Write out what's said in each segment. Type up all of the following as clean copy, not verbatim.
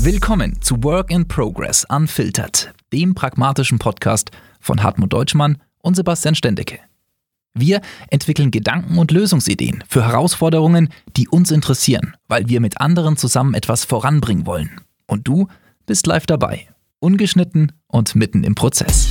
Willkommen zu Work in Progress Unfiltered, dem pragmatischen Podcast von Hartmut Deutschmann und Sebastian Stendecke. Wir entwickeln Gedanken und Lösungsideen für Herausforderungen, die uns interessieren, weil wir mit anderen zusammen etwas voranbringen wollen. Und du bist live dabei, ungeschnitten und mitten im Prozess.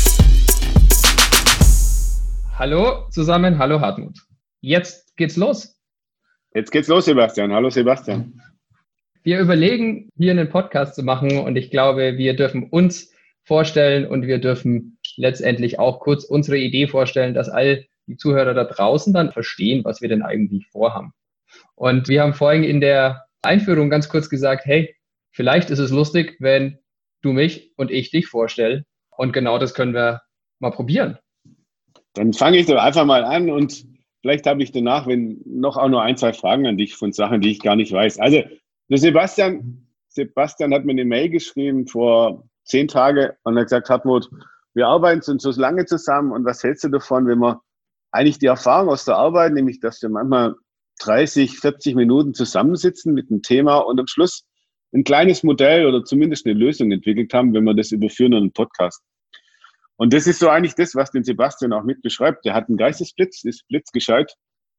Hallo zusammen, hallo Hartmut. Jetzt geht's los. Jetzt geht's los, Sebastian. Hallo Sebastian. Wir überlegen, hier einen Podcast zu machen und ich glaube, wir dürfen uns vorstellen und wir dürfen letztendlich auch kurz unsere Idee vorstellen, dass all die Zuhörer da draußen dann verstehen, was wir denn eigentlich vorhaben. Und wir haben vorhin in der Einführung ganz kurz gesagt, hey, vielleicht ist es lustig, wenn du mich und ich dich vorstellen. Und genau das können wir mal probieren. Dann fange ich doch einfach mal an und vielleicht habe ich danach noch nur ein, zwei Fragen an dich von Sachen, die ich gar nicht weiß. Also, der Sebastian hat mir eine Mail geschrieben vor 10 Tagen und hat gesagt, Hartmut, wir arbeiten schon so lange zusammen und was hältst du davon, wenn wir eigentlich die Erfahrung aus der Arbeit, nämlich dass wir manchmal 30, 40 Minuten zusammensitzen mit einem Thema und am Schluss ein kleines Modell oder zumindest eine Lösung entwickelt haben, wenn wir das überführen in einen Podcast. Und das ist so eigentlich das, was den Sebastian auch mit beschreibt. Der hat einen Geistesblitz, ist blitzgescheit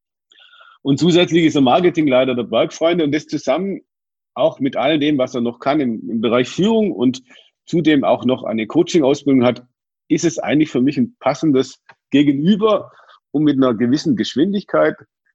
und zusätzlich ist er Marketingleiter der Bergfreunde und das zusammen auch mit all dem, was er noch kann im Bereich Führung und zudem auch noch eine Coaching-Ausbildung hat, ist es eigentlich für mich ein passendes Gegenüber, um mit einer gewissen Geschwindigkeit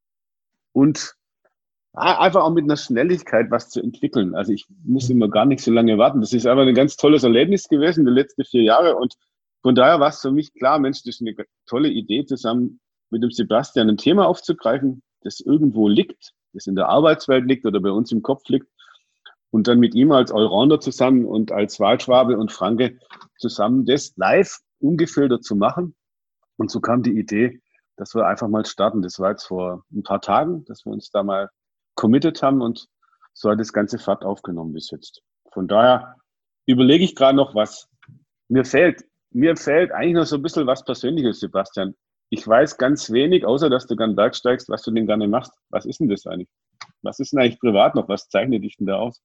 und einfach auch mit einer Schnelligkeit was zu entwickeln. Also ich muss immer gar nicht so lange warten. Das ist einfach ein ganz tolles Erlebnis gewesen, die letzten 4 Jahre. Und von daher war es für mich klar, Mensch, das ist eine tolle Idee, zusammen mit dem Sebastian ein Thema aufzugreifen, das irgendwo liegt, das in der Arbeitswelt liegt oder bei uns im Kopf liegt. Und dann mit ihm als Allrounder zusammen und als Wahlschwabe und Franke zusammen das live ungefiltert zu machen. Und so kam die Idee, dass wir einfach mal starten. Das war jetzt vor ein paar Tagen, dass wir uns da mal committed haben und so hat das ganze Fahrt aufgenommen bis jetzt. Von daher überlege ich gerade noch, was mir fehlt. Mir fehlt eigentlich noch so ein bisschen was Persönliches, Sebastian. Ich weiß ganz wenig, außer dass du gern bergsteigst, was du denn gerne machst. Was ist denn das eigentlich? Was ist denn eigentlich privat noch? Was zeichnet dich denn da aus?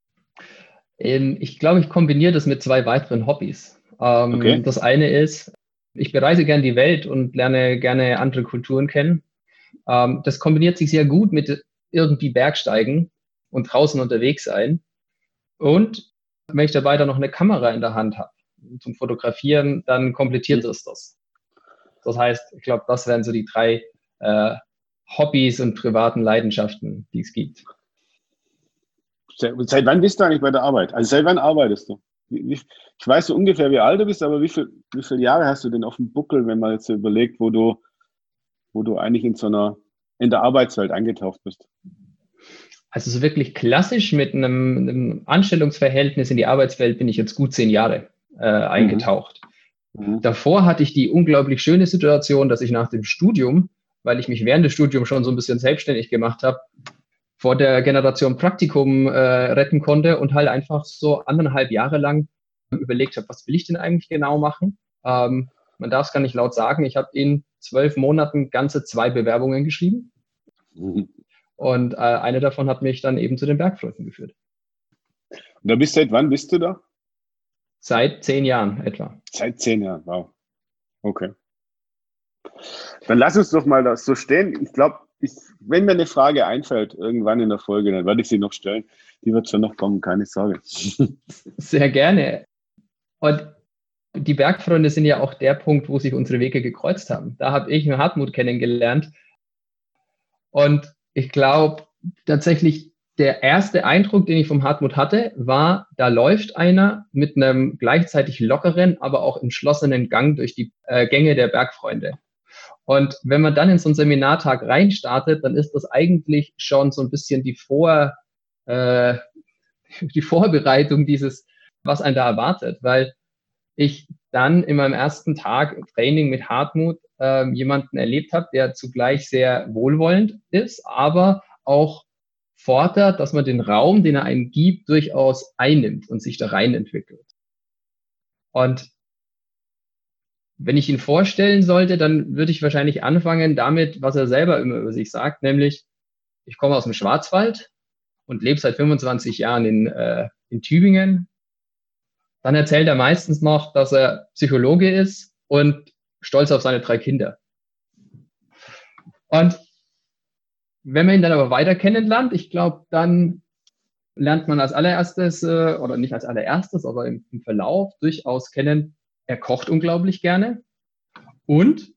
Ich glaube, ich kombiniere das mit 2 weiteren Hobbys. Okay. Das eine ist, ich bereise gerne die Welt und lerne gerne andere Kulturen kennen. Das kombiniert sich sehr gut mit irgendwie Bergsteigen und draußen unterwegs sein. Und wenn ich dabei dann noch eine Kamera in der Hand habe zum Fotografieren, dann komplettiert es das. Das heißt, ich glaube, das wären so die 3 Hobbys und privaten Leidenschaften, die es gibt. Seit wann bist du eigentlich bei der Arbeit? Also seit wann arbeitest du? Ich weiß so ungefähr, wie alt du bist, aber wie viele Jahre hast du denn auf dem Buckel, wenn man jetzt so überlegt, wo du eigentlich in der Arbeitswelt eingetaucht bist? Also so wirklich klassisch mit einem Anstellungsverhältnis in die Arbeitswelt bin ich jetzt gut 10 Jahre eingetaucht. Mhm. Davor hatte ich die unglaublich schöne Situation, dass ich nach dem Studium, weil ich mich während des Studiums schon so ein bisschen selbstständig gemacht habe, vor der Generation Praktikum retten konnte und halt einfach so 1,5 Jahre lang überlegt habe, was will ich denn eigentlich genau machen? Man darf es gar nicht laut sagen, ich habe in 12 Monaten ganze 2 Bewerbungen geschrieben. Mhm. Und eine davon hat mich dann eben zu den Bergfreunden geführt. Und seit wann bist du da? Seit 10 Jahren etwa. Seit 10 Jahren, wow. Okay. Dann lass uns doch mal das so stehen. Ich glaube, wenn mir eine Frage einfällt, irgendwann in der Folge, dann werde ich sie noch stellen. Die wird schon noch kommen, keine Sorge. Sehr gerne. Und die Bergfreunde sind ja auch der Punkt, wo sich unsere Wege gekreuzt haben. Da habe ich Hartmut kennengelernt. Und ich glaube, tatsächlich der erste Eindruck, den ich vom Hartmut hatte, war, da läuft einer mit einem gleichzeitig lockeren, aber auch entschlossenen Gang durch die Gänge der Bergfreunde. Und wenn man dann in so einen Seminartag reinstartet, dann ist das eigentlich schon so ein bisschen die Vorbereitung dieses, was einen da erwartet, weil ich dann in meinem ersten Tag Training mit Hartmut jemanden erlebt habe, der zugleich sehr wohlwollend ist, aber auch fordert, dass man den Raum, den er einem gibt, durchaus einnimmt und sich da rein entwickelt. Und wenn ich ihn vorstellen sollte, dann würde ich wahrscheinlich anfangen damit, was er selber immer über sich sagt, nämlich, ich komme aus dem Schwarzwald und lebe seit 25 Jahren in Tübingen. Dann erzählt er meistens noch, dass er Psychologe ist und stolz auf seine 3 Kinder. Und wenn man ihn dann aber weiter kennenlernt, ich glaube, dann lernt man als allererstes, oder nicht als allererstes, aber im Verlauf durchaus kennen, er kocht unglaublich gerne. Und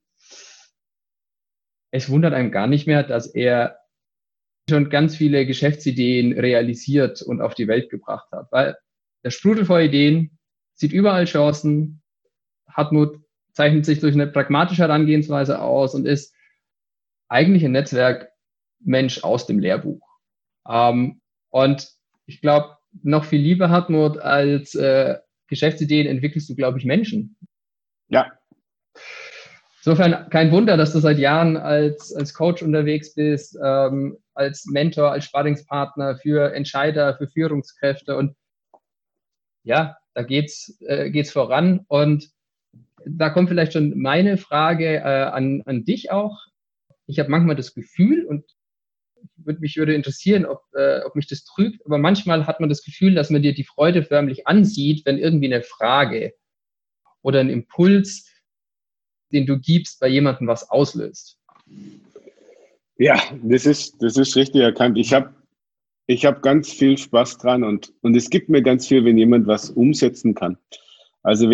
es wundert einem gar nicht mehr, dass er schon ganz viele Geschäftsideen realisiert und auf die Welt gebracht hat. Weil der sprudelt vor Ideen, sieht überall Chancen. Hartmut zeichnet sich durch eine pragmatische Herangehensweise aus und ist eigentlich ein Netzwerkmensch aus dem Lehrbuch. Und ich glaube, noch viel lieber, Hartmut, als Geschäftsideen entwickelst du, glaube ich, Menschen. Ja. Insofern kein Wunder, dass du seit Jahren als Coach unterwegs bist, als Mentor, als Sparringspartner für Entscheider, für Führungskräfte. Und ja, da geht's voran. Und da kommt vielleicht schon meine Frage an dich auch. Ich habe manchmal das Gefühl, und mich würde interessieren, ob mich das trügt, aber manchmal hat man das Gefühl, dass man dir die Freude förmlich ansieht, wenn irgendwie eine Frage oder ein Impuls, den du gibst, bei jemandem was auslöst. Ja, das ist richtig erkannt. Ich hab ganz viel Spaß dran und es gibt mir ganz viel, wenn jemand was umsetzen kann. Also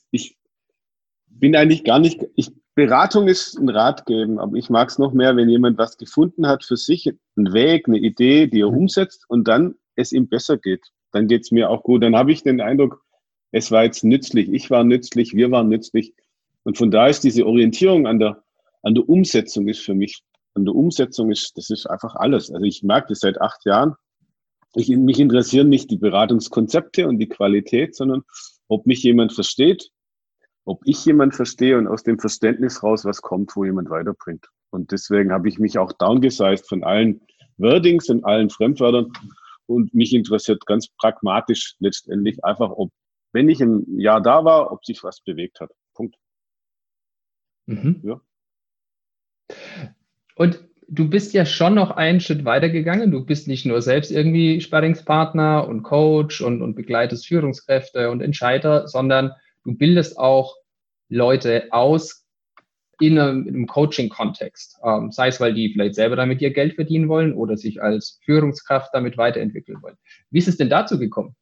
Beratung ist ein Rat geben, aber ich mag es noch mehr, wenn jemand was gefunden hat für sich, einen Weg, eine Idee, die er umsetzt und dann es ihm besser geht. Dann geht es mir auch gut. Dann habe ich den Eindruck, es war jetzt nützlich, ich war nützlich, wir waren nützlich. Und von da ist diese Orientierung an der Umsetzung ist für mich, das ist einfach alles. Also ich merke das seit 8 Jahren. Mich interessieren nicht die Beratungskonzepte und die Qualität, sondern ob mich jemand versteht, ob ich jemand verstehe und aus dem Verständnis raus was kommt, wo jemand weiterbringt. Und deswegen habe ich mich auch downgesized von allen Wordings und allen Fremdwörtern und mich interessiert ganz pragmatisch letztendlich einfach, wenn ich ein Jahr da war, ob sich was bewegt hat. Punkt. Mhm. Ja. Und du bist ja schon noch einen Schritt weiter gegangen. Du bist nicht nur selbst irgendwie Sparringspartner und Coach und begleitest Führungskräfte und Entscheider, sondern du bildest auch Leute aus in einem Coaching-Kontext. Sei es, weil die vielleicht selber damit ihr Geld verdienen wollen oder sich als Führungskraft damit weiterentwickeln wollen. Wie ist es denn dazu gekommen?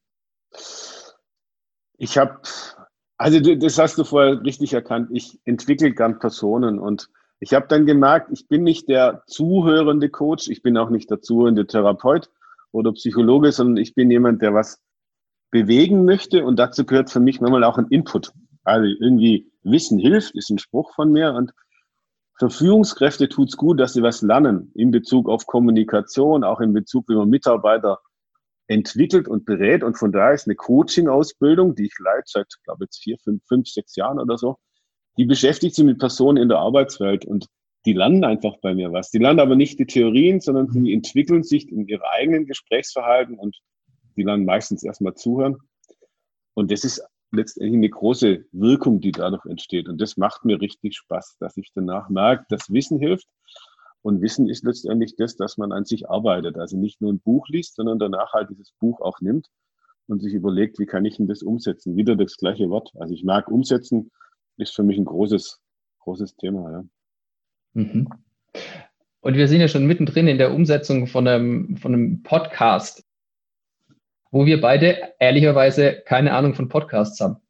Das hast du vorher richtig erkannt. Ich entwickle gern Personen und ich habe dann gemerkt, ich bin nicht der zuhörende Coach, ich bin auch nicht der zuhörende Therapeut oder Psychologe, sondern ich bin jemand, der was bewegen möchte und dazu gehört für mich manchmal auch ein Input. Also irgendwie Wissen hilft, ist ein Spruch von mir und für Führungskräfte tut's gut, dass sie was lernen in Bezug auf Kommunikation, auch in Bezug, wie man Mitarbeiter entwickelt und berät und von daher ist eine Coaching-Ausbildung, die ich leite seit, glaube ich, jetzt 4, 5, 6 Jahren oder so, die beschäftigt sich mit Personen in der Arbeitswelt und die lernen einfach bei mir was. Die lernen aber nicht die Theorien, sondern die entwickeln sich in ihrem eigenen Gesprächsverhalten und die lernen meistens erstmal zuhören. Und das ist letztendlich eine große Wirkung, die dadurch entsteht. Und das macht mir richtig Spaß, dass ich danach merke, dass Wissen hilft. Und Wissen ist letztendlich das, dass man an sich arbeitet. Also nicht nur ein Buch liest, sondern danach halt dieses Buch auch nimmt und sich überlegt, wie kann ich denn das umsetzen? Wieder das gleiche Wort. Also ich mag umsetzen, ist für mich ein großes Thema. Ja. Mhm. Und wir sind ja schon mittendrin in der Umsetzung von einem Podcast, wo wir beide ehrlicherweise keine Ahnung von Podcasts haben.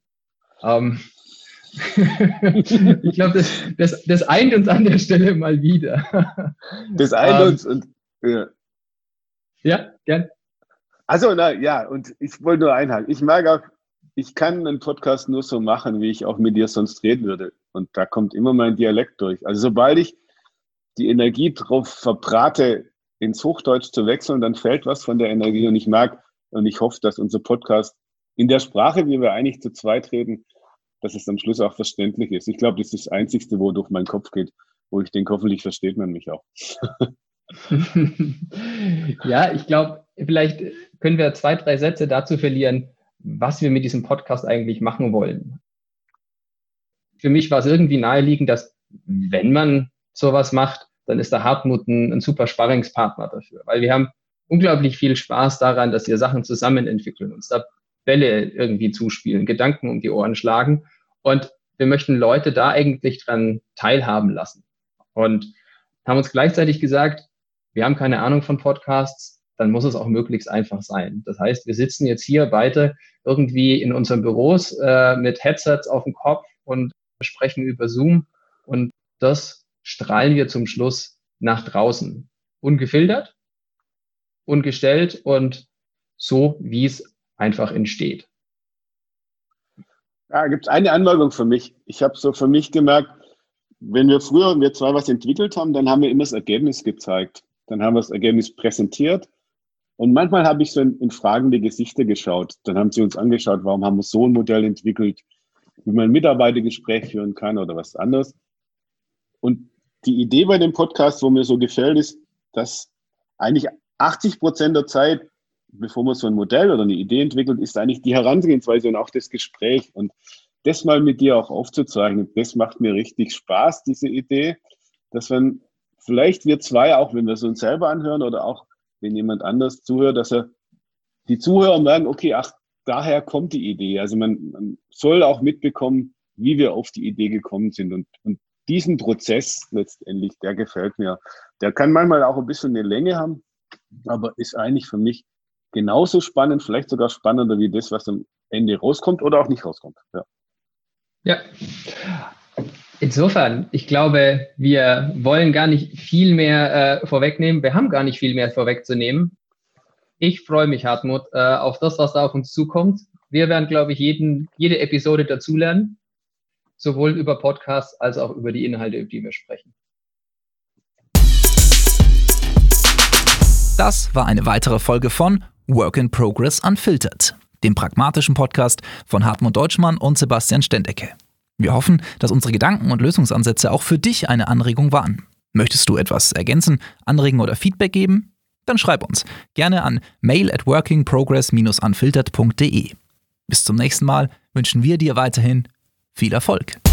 Ich glaube, das eint uns an der Stelle mal wieder. Das eint uns und ja. Ja, gern. Also, und ich wollte nur einhaken. Ich merke auch, ich kann einen Podcast nur so machen, wie ich auch mit dir sonst reden würde. Und da kommt immer mein Dialekt durch. Also sobald ich die Energie drauf verbrate, ins Hochdeutsch zu wechseln, dann fällt was von der Energie. Und ich merke und ich hoffe, dass unser Podcast in der Sprache, wie wir eigentlich zu zweit reden, dass es am Schluss auch verständlich ist. Ich glaube, das ist das Einzige, wo durch meinen Kopf geht, wo ich denke, hoffentlich versteht man mich auch. Ja, ich glaube, vielleicht können wir 2, 3 Sätze dazu verlieren, was wir mit diesem Podcast eigentlich machen wollen. Für mich war es irgendwie naheliegend, dass wenn man sowas macht, dann ist der Hartmut ein super Sparringspartner dafür. Weil wir haben unglaublich viel Spaß daran, dass wir Sachen zusammen entwickeln, uns da Bälle irgendwie zuspielen, Gedanken um die Ohren schlagen. Und wir möchten Leute da eigentlich dran teilhaben lassen. Und haben uns gleichzeitig gesagt, wir haben keine Ahnung von Podcasts, dann muss es auch möglichst einfach sein. Das heißt, wir sitzen jetzt hier beide irgendwie in unseren Büros mit Headsets auf dem Kopf und sprechen über Zoom. Und das strahlen wir zum Schluss nach draußen. Ungefiltert, ungestellt und so, wie es einfach entsteht. Ja, gibt es eine Anmerkung für mich. Ich habe so für mich gemerkt, wenn wir zwei was entwickelt haben, dann haben wir immer das Ergebnis gezeigt. Dann haben wir das Ergebnis präsentiert. Und manchmal habe ich so in fragende Gesichter geschaut. Dann haben sie uns angeschaut, warum haben wir so ein Modell entwickelt, wie man ein Mitarbeitergespräch führen kann oder was anderes. Und die Idee bei dem Podcast, wo mir so gefällt, ist, dass eigentlich 80% der Zeit, bevor man so ein Modell oder eine Idee entwickelt, ist eigentlich die Herangehensweise und auch das Gespräch. Und das mal mit dir auch aufzuzeichnen, das macht mir richtig Spaß, diese Idee, dass wenn vielleicht wir zwei, auch wenn wir es uns selber anhören oder auch wenn jemand anders zuhört, dass die Zuhörer merken, okay, ach, daher kommt die Idee. Also man soll auch mitbekommen, wie wir auf die Idee gekommen sind. Und diesen Prozess letztendlich, der gefällt mir. Der kann manchmal auch ein bisschen eine Länge haben, aber ist eigentlich für mich genauso spannend, vielleicht sogar spannender wie das, was am Ende rauskommt oder auch nicht rauskommt. Ja. Insofern, ich glaube, wir wollen gar nicht viel mehr vorwegnehmen. Wir haben gar nicht viel mehr vorwegzunehmen. Ich freue mich, Hartmut, auf das, was da auf uns zukommt. Wir werden, glaube ich, jede Episode dazulernen, sowohl über Podcasts als auch über die Inhalte, über die wir sprechen. Das war eine weitere Folge von Work in Progress Unfiltered, dem pragmatischen Podcast von Hartmut Deutschmann und Sebastian Stendecke. Wir hoffen, dass unsere Gedanken und Lösungsansätze auch für dich eine Anregung waren. Möchtest du etwas ergänzen, anregen oder Feedback geben? Dann schreib uns gerne an mail@workingprogress-unfiltered.de. Bis zum nächsten Mal wünschen wir dir weiterhin viel Erfolg.